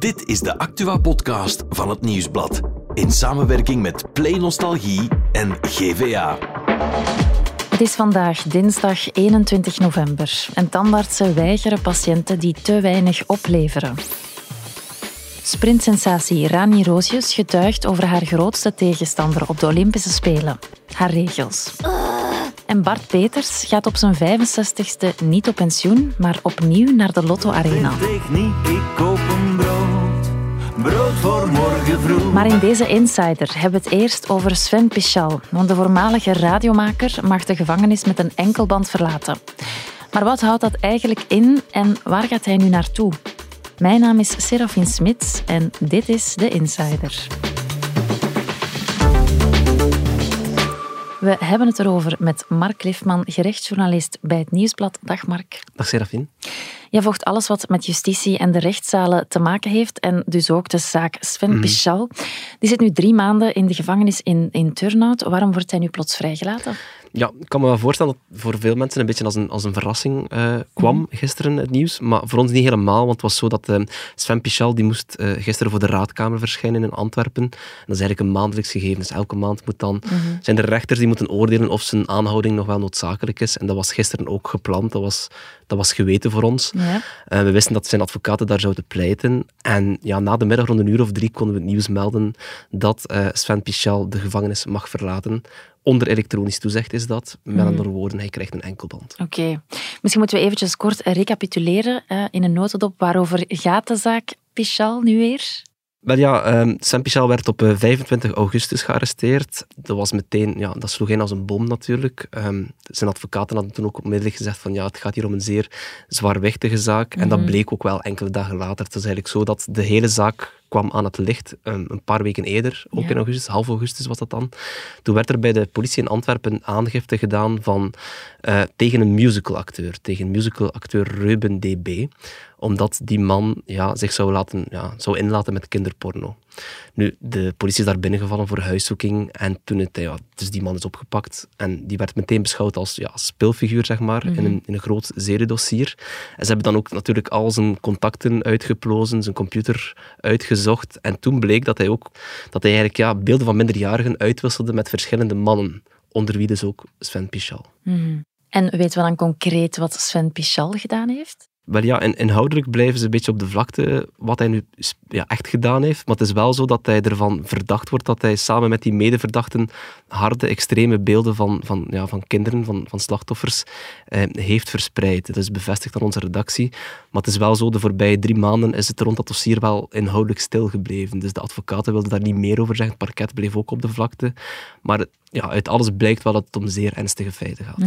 Dit is de Actua-podcast van het Nieuwsblad. In samenwerking met Play Nostalgie en GVA. Het is vandaag dinsdag 21 november en tandartsen weigeren patiënten die te weinig opleveren. Sprintsensatie Rani Roosjes getuigt over haar grootste tegenstander op de Olympische Spelen. Haar regels. En Bart Peters gaat op zijn 65ste niet op pensioen, maar opnieuw naar de Lotto Arena. Techniek, ik koop een brood voor morgen vroeg. Maar in deze Insider hebben we het eerst over Sven Pichal, want de voormalige radiomaker mag de gevangenis met een enkelband verlaten. Maar wat houdt dat eigenlijk in en waar gaat hij nu naartoe? Mijn naam is Serafine Smits en dit is de Insider. We hebben het erover met Mark Lifman, gerechtsjournalist bij het Nieuwsblad. Dag Mark. Dag Serafine. Jij volgt alles wat met justitie en de rechtszalen te maken heeft en dus ook de zaak Sven Pichal. Die zit nu 3 maanden in de gevangenis in Turnhout. Waarom wordt hij nu plots vrijgelaten? Ja, ik kan me wel voorstellen dat voor veel mensen een beetje als een verrassing kwam gisteren het nieuws. Maar voor ons niet helemaal, want het was zo dat Sven Pichal die moest gisteren voor de raadkamer verschijnen in Antwerpen. En dat is eigenlijk een maandelijks gegeven. Dus elke maand moet dan, zijn de rechters die moeten oordelen of zijn aanhouding nog wel noodzakelijk is. En dat was gisteren ook gepland. Dat was geweten voor ons. Ja. We wisten dat zijn advocaten daar zouden pleiten. En ja, na de middag rond 1:00 of 3 konden we het nieuws melden dat Sven Pichal de gevangenis mag verlaten. Onder elektronisch toezicht is dat. Met andere woorden, hij krijgt een enkelband. Oké. Misschien moeten we eventjes kort recapituleren in een notendop. Waarover gaat de zaak Pichal nu weer? Wel ja, Sven Pichal werd op 25 augustus gearresteerd. Dat was meteen, ja, dat sloeg in als een bom natuurlijk. Zijn advocaten hadden toen ook onmiddellijk gezegd van ja, het gaat hier om een zeer zwaarwichtige zaak. En dat bleek ook wel enkele dagen later. Het is eigenlijk zo dat de hele zaak kwam aan het licht een paar weken eerder, ook in augustus, half augustus was dat dan. Toen werd er bij de politie in Antwerpen aangifte gedaan tegen een musicalacteur Reuben D.B., omdat die man zich zou inlaten met kinderporno. Nu, de politie is daar binnengevallen voor huiszoeking en toen dus die man is opgepakt en die werd meteen beschouwd als speelfiguur, zeg maar, in een groot zedendossier. En ze hebben dan ook natuurlijk al zijn contacten uitgeplozen, zijn computer uitgezocht en toen bleek dat hij eigenlijk beelden van minderjarigen uitwisselde met verschillende mannen, onder wie dus ook Sven Pichal. En weten we dan concreet wat Sven Pichal gedaan heeft? Wel ja, inhoudelijk blijven ze een beetje op de vlakte wat hij nu echt gedaan heeft. Maar het is wel zo dat hij ervan verdacht wordt dat hij samen met die medeverdachten harde, extreme beelden van kinderen, van slachtoffers, heeft verspreid. Dat is bevestigd aan onze redactie. Maar het is wel zo, de voorbije 3 maanden is het rond dat dossier wel inhoudelijk stilgebleven. Dus de advocaten wilden daar niet meer over zeggen. Het parket bleef ook op de vlakte. Maar uit alles blijkt wel dat het om zeer ernstige feiten gaat.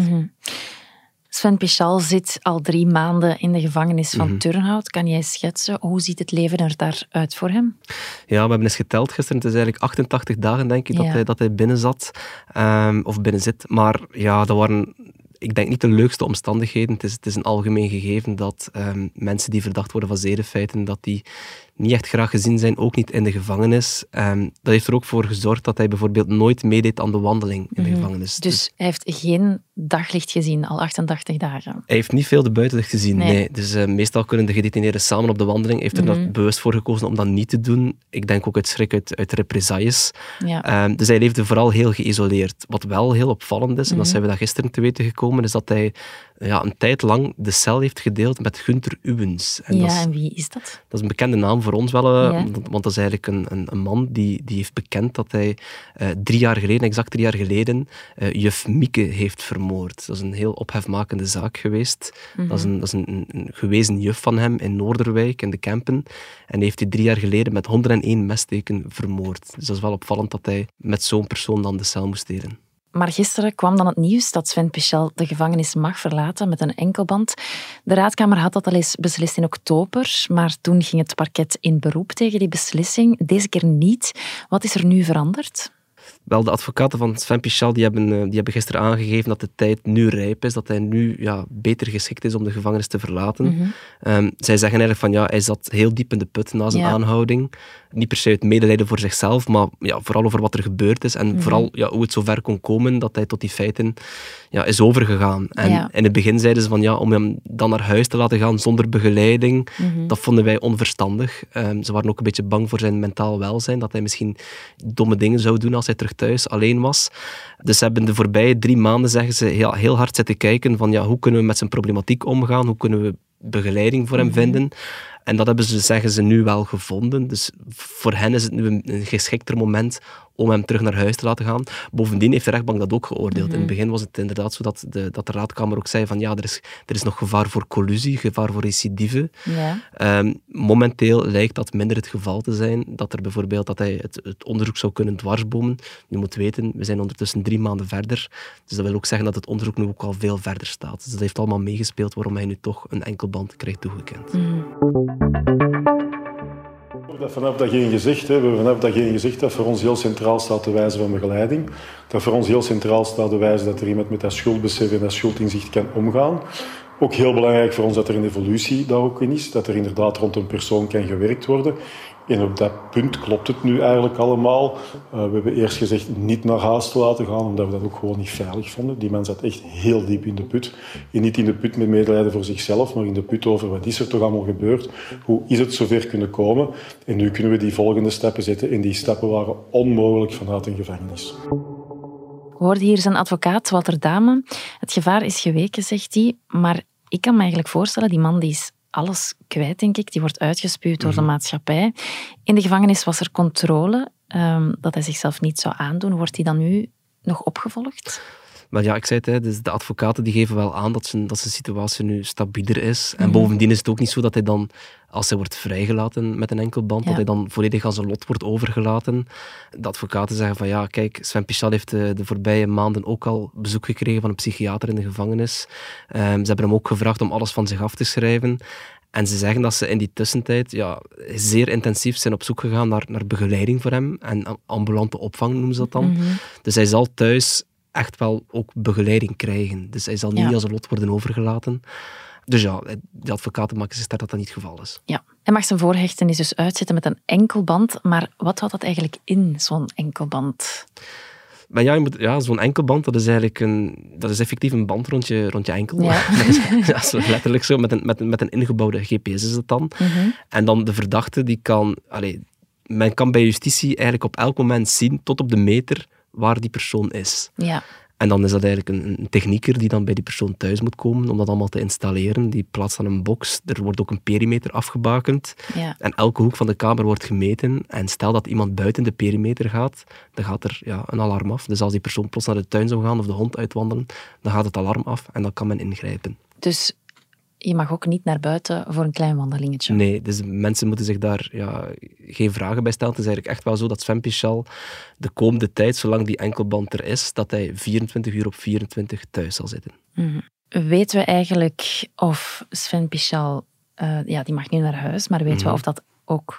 Sven Pichal zit al 3 maanden in de gevangenis van Turnhout. Kan jij schetsen, hoe ziet het leven er daaruit voor hem? Ja, we hebben eens geteld gisteren. Het is eigenlijk 88 dagen, denk ik, dat hij binnen zat. Of binnen zit. Maar ja, dat waren, ik denk, niet de leukste omstandigheden. Het is een algemeen gegeven dat mensen die verdacht worden van zedenfeiten, dat die niet echt graag gezien zijn, ook niet in de gevangenis. Dat heeft er ook voor gezorgd dat hij bijvoorbeeld nooit meedeed aan de wandeling in de gevangenis. Dus hij heeft geen daglicht gezien, al 88 dagen? Hij heeft niet veel de buitenlucht gezien, nee. Dus meestal kunnen de gedetineerden samen op de wandeling. Hij heeft er bewust voor gekozen om dat niet te doen. Ik denk ook uit schrik uit represailles. Ja. Dus hij leefde vooral heel geïsoleerd. Wat wel heel opvallend is, en dat zijn we dat gisteren te weten gekomen, is dat hij een tijd lang de cel heeft gedeeld met Gunther Uwens. En wie is dat? Dat is een bekende naam voor ons wel, want dat is eigenlijk een man die heeft bekend dat hij 3 jaar geleden, exact 3 jaar geleden, juf Mieke heeft vermoord. Dat is een heel ophefmakende zaak geweest. Dat is een gewezen juf van hem in Noorderwijk, in de Kempen. En heeft hij 3 jaar geleden met 101 messteken vermoord. Dus dat is wel opvallend dat hij met zo'n persoon dan de cel moest delen. Maar gisteren kwam dan het nieuws dat Sven Pichal de gevangenis mag verlaten met een enkelband. De raadkamer had dat al eens beslist in oktober, maar toen ging het parket in beroep tegen die beslissing. Deze keer niet. Wat is er nu veranderd? Wel, de advocaten van Sven Pichal die hebben gisteren aangegeven dat de tijd nu rijp is, dat hij nu beter geschikt is om de gevangenis te verlaten. Zij zeggen eigenlijk van hij zat heel diep in de put na zijn aanhouding. niet per se uit medelijden voor zichzelf, maar vooral over wat er gebeurd is en vooral hoe het zover kon komen dat hij tot die feiten is overgegaan. En in het begin zeiden ze van om hem dan naar huis te laten gaan zonder begeleiding, dat vonden wij onverstandig. Ze waren ook een beetje bang voor zijn mentaal welzijn, dat hij misschien domme dingen zou doen als hij terug thuis alleen was. Dus ze hebben de voorbije 3 maanden, zeggen ze, heel hard zitten kijken van hoe kunnen we met zijn problematiek omgaan, hoe kunnen we begeleiding voor hem vinden. En dat hebben ze, zeggen ze, nu wel gevonden. Dus voor hen is het nu een geschikter moment om hem terug naar huis te laten gaan. Bovendien heeft de rechtbank dat ook geoordeeld. In het begin was het inderdaad zo dat de raadkamer ook zei van er is nog gevaar voor collusie, gevaar voor recidive. Ja. Momenteel lijkt dat minder het geval te zijn. Dat hij het onderzoek zou kunnen dwarsbomen. Je moet weten, we zijn ondertussen 3 maanden verder. Dus dat wil ook zeggen dat het onderzoek nu ook al veel verder staat. Dus dat heeft allemaal meegespeeld waarom hij nu toch een enkelband krijgt toegekend. Vanaf dat geen gezegd, we hebben vanaf dat geen gezegd dat voor ons heel centraal staat de wijze van begeleiding. Dat voor ons heel centraal staat de wijze dat er iemand met dat schuldbesef en dat schuldinzicht kan omgaan. Ook heel belangrijk voor ons dat er een evolutie daar ook in is. Dat er inderdaad rond een persoon kan gewerkt worden. En op dat punt klopt het nu eigenlijk allemaal. We hebben eerst gezegd niet naar huis te laten gaan, omdat we dat ook gewoon niet veilig vonden. Die man zat echt heel diep in de put. En niet in de put met medelijden voor zichzelf, maar in de put over wat is er toch allemaal gebeurd. Hoe is het zover kunnen komen? En nu kunnen we die volgende stappen zetten. En die stappen waren onmogelijk vanuit een gevangenis. We hoorden hier zijn advocaat, Walter Dame. Het gevaar is geweken, zegt hij. Maar ik kan me eigenlijk voorstellen, die man die is alles kwijt, denk ik. Die wordt uitgespuwd door de maatschappij. In de gevangenis was er controle, dat hij zichzelf niet zou aandoen. Wordt hij dan nu nog opgevolgd? Maar ik zei het, dus de advocaten die geven wel aan dat zijn situatie nu stabieler is. En bovendien is het ook niet zo dat hij dan, als hij wordt vrijgelaten met een enkelband, dat hij dan volledig aan zijn lot wordt overgelaten. De advocaten zeggen van kijk, Sven Pichal heeft de voorbije maanden ook al bezoek gekregen van een psychiater in de gevangenis. Ze hebben hem ook gevraagd om alles van zich af te schrijven. En ze zeggen dat ze in die tussentijd zeer intensief zijn op zoek gegaan naar begeleiding voor hem. En ambulante opvang noemen ze dat dan. Dus hij zal thuis echt wel ook begeleiding krijgen. Dus hij zal niet aan zijn lot worden overgelaten. Dus de advocaten maken zich sterk dat niet het geval is. Ja, hij mag zijn voorhechtenis dus uitzetten met een enkelband. Maar wat houdt dat eigenlijk in, zo'n enkelband? Maar zo'n enkelband, dat is effectief een band rond je enkel. Ja. Dat is letterlijk zo, met een ingebouwde GPS is het dan. En dan de verdachte, die kan... men kan bij justitie eigenlijk op elk moment zien, tot op de meter, waar die persoon is. Ja. En dan is dat eigenlijk een technieker die dan bij die persoon thuis moet komen om dat allemaal te installeren. Die plaatst dan een box. Er wordt ook een perimeter afgebakend. Ja. En elke hoek van de kamer wordt gemeten. En stel dat iemand buiten de perimeter gaat, dan gaat er een alarm af. Dus als die persoon plots naar de tuin zou gaan of de hond uitwandelen, dan gaat het alarm af en dan kan men ingrijpen. Dus je mag ook niet naar buiten voor een klein wandelingetje. Nee, dus mensen moeten zich daar geen vragen bij stellen. Het is eigenlijk echt wel zo dat Sven Pichal de komende tijd, zolang die enkelband er is, dat hij 24 uur op 24 thuis zal zitten. Weten we eigenlijk of Sven Pichal, die mag nu naar huis, maar weten we of dat ook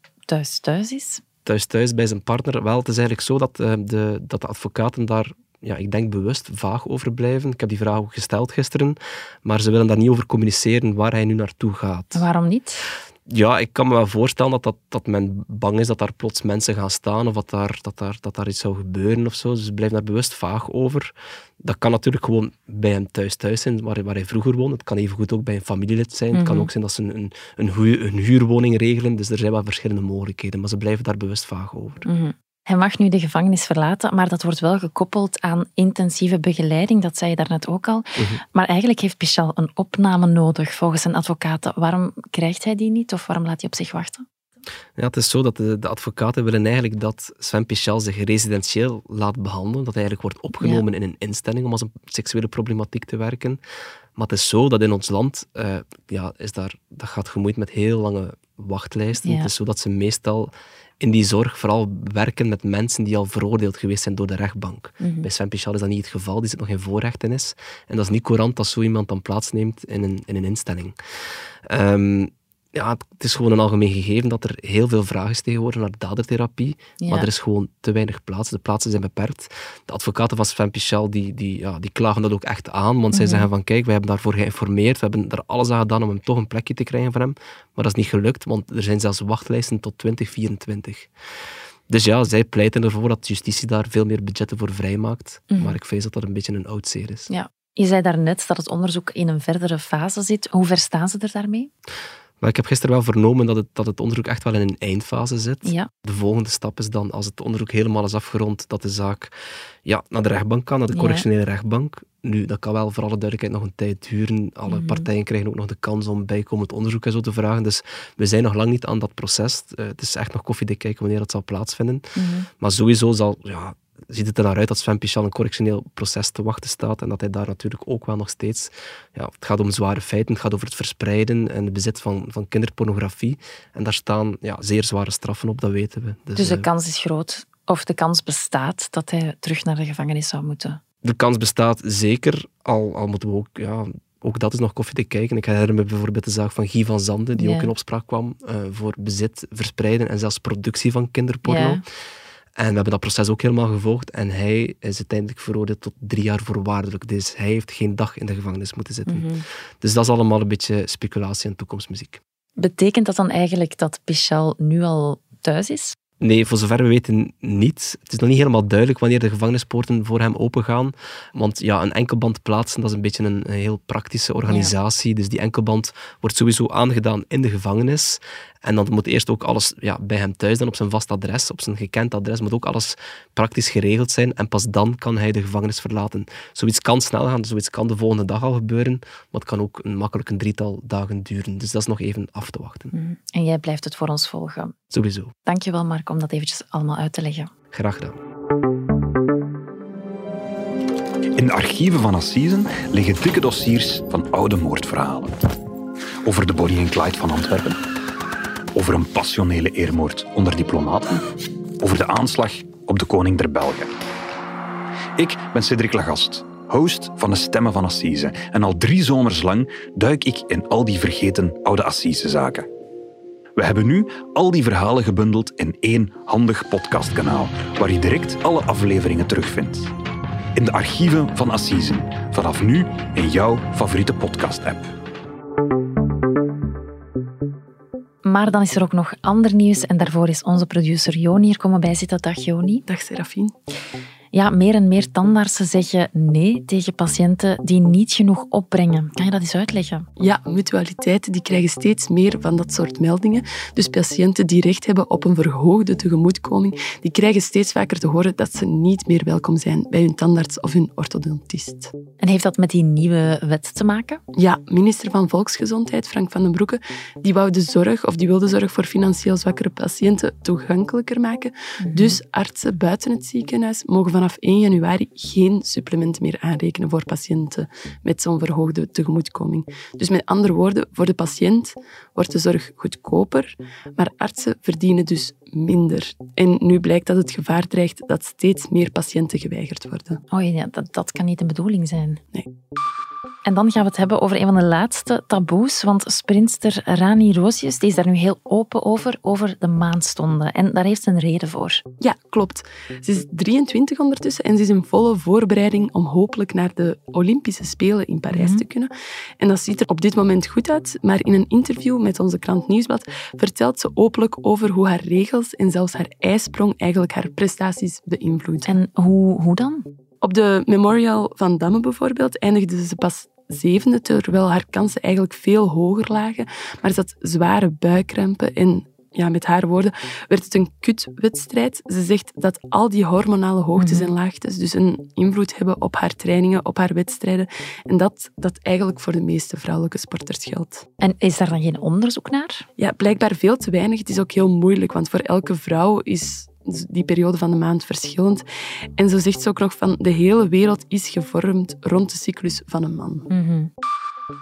thuis is? Thuis bij zijn partner. Wel, het is eigenlijk zo dat de advocaten daar... ik denk bewust vaag over blijven. Ik heb die vraag ook gesteld gisteren, maar ze willen daar niet over communiceren waar hij nu naartoe gaat. Waarom niet? Ja, ik kan me wel voorstellen dat men bang is dat daar plots mensen gaan staan of dat daar iets zou gebeuren of zo. Dus ze blijven daar bewust vaag over. Dat kan natuurlijk gewoon bij hem thuis zijn, waar hij vroeger woonde. Het kan evengoed ook bij een familielid zijn. Het kan ook zijn dat ze een huurwoning regelen. Dus er zijn wel verschillende mogelijkheden, maar ze blijven daar bewust vaag over. Hij mag nu de gevangenis verlaten, maar dat wordt wel gekoppeld aan intensieve begeleiding. Dat zei je daarnet ook al. Maar eigenlijk heeft Pichal een opname nodig, volgens zijn advocaten. Waarom krijgt hij die niet of waarom laat hij op zich wachten? Ja, het is zo dat de advocaten willen eigenlijk dat Sven Pichal zich residentieel laat behandelen. Dat hij eigenlijk wordt opgenomen in een instelling om als een seksuele problematiek te werken. Maar het is zo dat in ons land, dat gaat gemoeid met heel lange wachtlijsten. Ja. Het is zo dat ze meestal in die zorg vooral werken met mensen die al veroordeeld geweest zijn door de rechtbank. Bij Sven Pichal is dat niet het geval, die zit nog in voorhechtenis. En dat is niet courant dat zo iemand dan plaatsneemt in een instelling. Ja, het is gewoon een algemeen gegeven dat er heel veel vraag is tegenwoordig naar dadertherapie, maar er is gewoon te weinig plaats. De plaatsen zijn beperkt. De advocaten van Sven Pichal die klagen dat ook echt aan, want zij zeggen van kijk, we hebben daarvoor geïnformeerd, we hebben er alles aan gedaan om hem toch een plekje te krijgen voor hem, maar dat is niet gelukt, want er zijn zelfs wachtlijsten tot 2024. Dus ja, zij pleiten ervoor dat justitie daar veel meer budgetten voor vrijmaakt, maar ik vrees dat dat een beetje een oud zeer is. Ja. Je zei daarnet dat het onderzoek in een verdere fase zit. Hoe ver staan ze er daarmee? Maar ik heb gisteren wel vernomen dat het onderzoek echt wel in een eindfase zit. Ja. De volgende stap is dan, als het onderzoek helemaal is afgerond, dat de zaak naar de rechtbank kan, naar de correctionele rechtbank. Nu, dat kan wel voor alle duidelijkheid nog een tijd duren. Alle partijen krijgen ook nog de kans om bijkomend onderzoek en zo te vragen. Dus we zijn nog lang niet aan dat proces. Het is echt nog koffiedik kijken wanneer dat zal plaatsvinden. Maar sowieso ziet het er naar uit dat Sven Pichal een correctioneel proces te wachten staat en dat hij daar natuurlijk ook wel nog steeds... Ja, het gaat om zware feiten, het gaat over het verspreiden en het bezit van kinderpornografie. En daar staan zeer zware straffen op, dat weten we. Dus de kans is groot, of de kans bestaat, dat hij terug naar de gevangenis zou moeten? De kans bestaat zeker, al moeten we ook... Ook dat is nog koffiedik kijken. Ik herinner me bijvoorbeeld de zaak van Guy van Zanden, die ook in opspraak kwam voor bezit, verspreiden en zelfs productie van kinderporno. Ja. En we hebben dat proces ook helemaal gevolgd. En hij is uiteindelijk veroordeeld tot 3 jaar voorwaardelijk. Dus hij heeft geen dag in de gevangenis moeten zitten. Dus dat is allemaal een beetje speculatie en toekomstmuziek. Betekent dat dan eigenlijk dat Pichal nu al thuis is? Nee, voor zover we weten niet. Het is nog niet helemaal duidelijk wanneer de gevangenispoorten voor hem opengaan. Want een enkelband plaatsen, dat is een beetje een heel praktische organisatie. Dus die enkelband wordt sowieso aangedaan in de gevangenis. En dan moet eerst ook alles bij hem thuis dan op zijn vast adres, op zijn gekend adres, moet ook alles praktisch geregeld zijn. En pas dan kan hij de gevangenis verlaten. Zoiets kan snel gaan, zoiets kan de volgende dag al gebeuren. Maar het kan ook makkelijk een 3-tal dagen duren. Dus dat is nog even af te wachten. En jij blijft het voor ons volgen. Sowieso. Dankjewel, Mark, om dat eventjes allemaal uit te leggen. Graag gedaan. In de archieven van Assisen liggen dikke dossiers van oude moordverhalen. Over de Bonnie en Clyde van Antwerpen. Over een passionele eermoord onder diplomaten. Over de aanslag op de koning der Belgen. Ik ben Cédric Lagast, host van de Stemmen van Assise. En al 3 zomers lang duik ik in al die vergeten oude Assisezaken. We hebben nu al die verhalen gebundeld in 1 handig podcastkanaal, waar je direct alle afleveringen terugvindt. In de archieven van Assisen. Vanaf nu in jouw favoriete podcast-app. Maar dan is er ook nog ander nieuws en daarvoor is onze producer Joni hier komen bijzitten. Dag Joni. Dag Serafine. Ja, meer en meer tandartsen zeggen nee tegen patiënten die niet genoeg opbrengen. Kan je dat eens uitleggen? Ja, mutualiteiten die krijgen steeds meer van dat soort meldingen. Dus patiënten die recht hebben op een verhoogde tegemoetkoming, die krijgen steeds vaker te horen dat ze niet meer welkom zijn bij hun tandarts of hun orthodontist. En heeft dat met die nieuwe wet te maken? Ja, minister van Volksgezondheid, Frank van den Broeke, die wil de zorg voor financieel zwakkere patiënten toegankelijker maken. Dus artsen buiten het ziekenhuis mogen vanaf 1 januari geen supplementen meer aanrekenen voor patiënten met zo'n verhoogde tegemoetkoming. Dus met andere woorden, voor de patiënt wordt de zorg goedkoper, maar artsen verdienen dus minder. En nu blijkt dat het gevaar dreigt dat steeds meer patiënten geweigerd worden. Oh ja, dat kan niet de bedoeling zijn. Nee. En dan gaan we het hebben over een van de laatste taboes, want sprinter Rani Rosius die is daar nu heel open over de maandstonden. En daar heeft ze een reden voor. Ja, klopt. Ze is 23 ondertussen en ze is in volle voorbereiding om hopelijk naar de Olympische Spelen in Parijs te kunnen. En dat ziet er op dit moment goed uit, maar in een interview met onze krant Nieuwsblad vertelt ze openlijk over hoe haar regels en zelfs haar ijsprong eigenlijk haar prestaties beïnvloeden. En hoe dan? Op de Memorial van Damme bijvoorbeeld eindigde ze pas 7e, terwijl haar kansen eigenlijk veel hoger lagen. Maar ze had zware buikkrampen en met haar woorden werd het een kutwedstrijd. Ze zegt dat al die hormonale hoogtes en laagtes dus een invloed hebben op haar trainingen, op haar wedstrijden. En dat eigenlijk voor de meeste vrouwelijke sporters geldt. En is daar dan geen onderzoek naar? Ja, blijkbaar veel te weinig. Het is ook heel moeilijk, want voor elke vrouw is die periode van de maand verschillend. En zo zegt ze ook nog van de hele wereld is gevormd rond de cyclus van een man.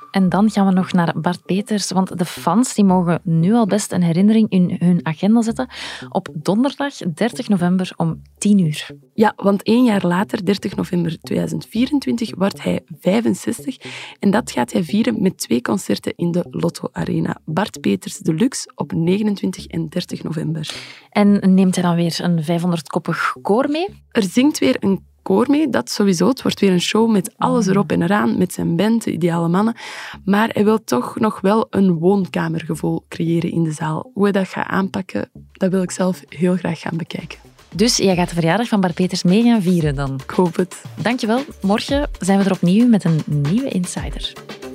En dan gaan we nog naar Bart Peters, want de fans die mogen nu al best een herinnering in hun agenda zetten op donderdag 30 november om 10 uur. Ja, want 1 jaar later, 30 november 2024, wordt hij 65 en dat gaat hij vieren met 2 concerten in de Lotto Arena. Bart Peters Deluxe op 29 en 30 november. En neemt hij dan weer een 500-koppig koor mee? Er zingt weer een koor mee, dat sowieso. Het wordt weer een show met alles erop en eraan, met zijn band, de Ideale Mannen. Maar hij wil toch nog wel een woonkamergevoel creëren in de zaal. Hoe hij dat gaat aanpakken, dat wil ik zelf heel graag gaan bekijken. Dus jij gaat de verjaardag van Bart Peters mee gaan vieren dan? Ik hoop het. Dankjewel. Morgen zijn we er opnieuw met een nieuwe Insider.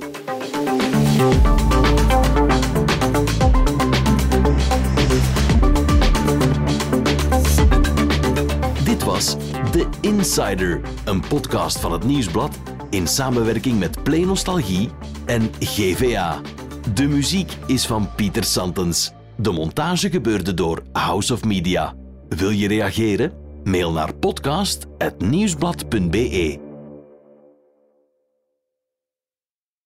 Dit was The Insider, een podcast van het Nieuwsblad in samenwerking met Play Nostalgie en GVA. De muziek is van Pieter Santens. De montage gebeurde door House of Media. Wil je reageren? Mail naar podcast@nieuwsblad.be.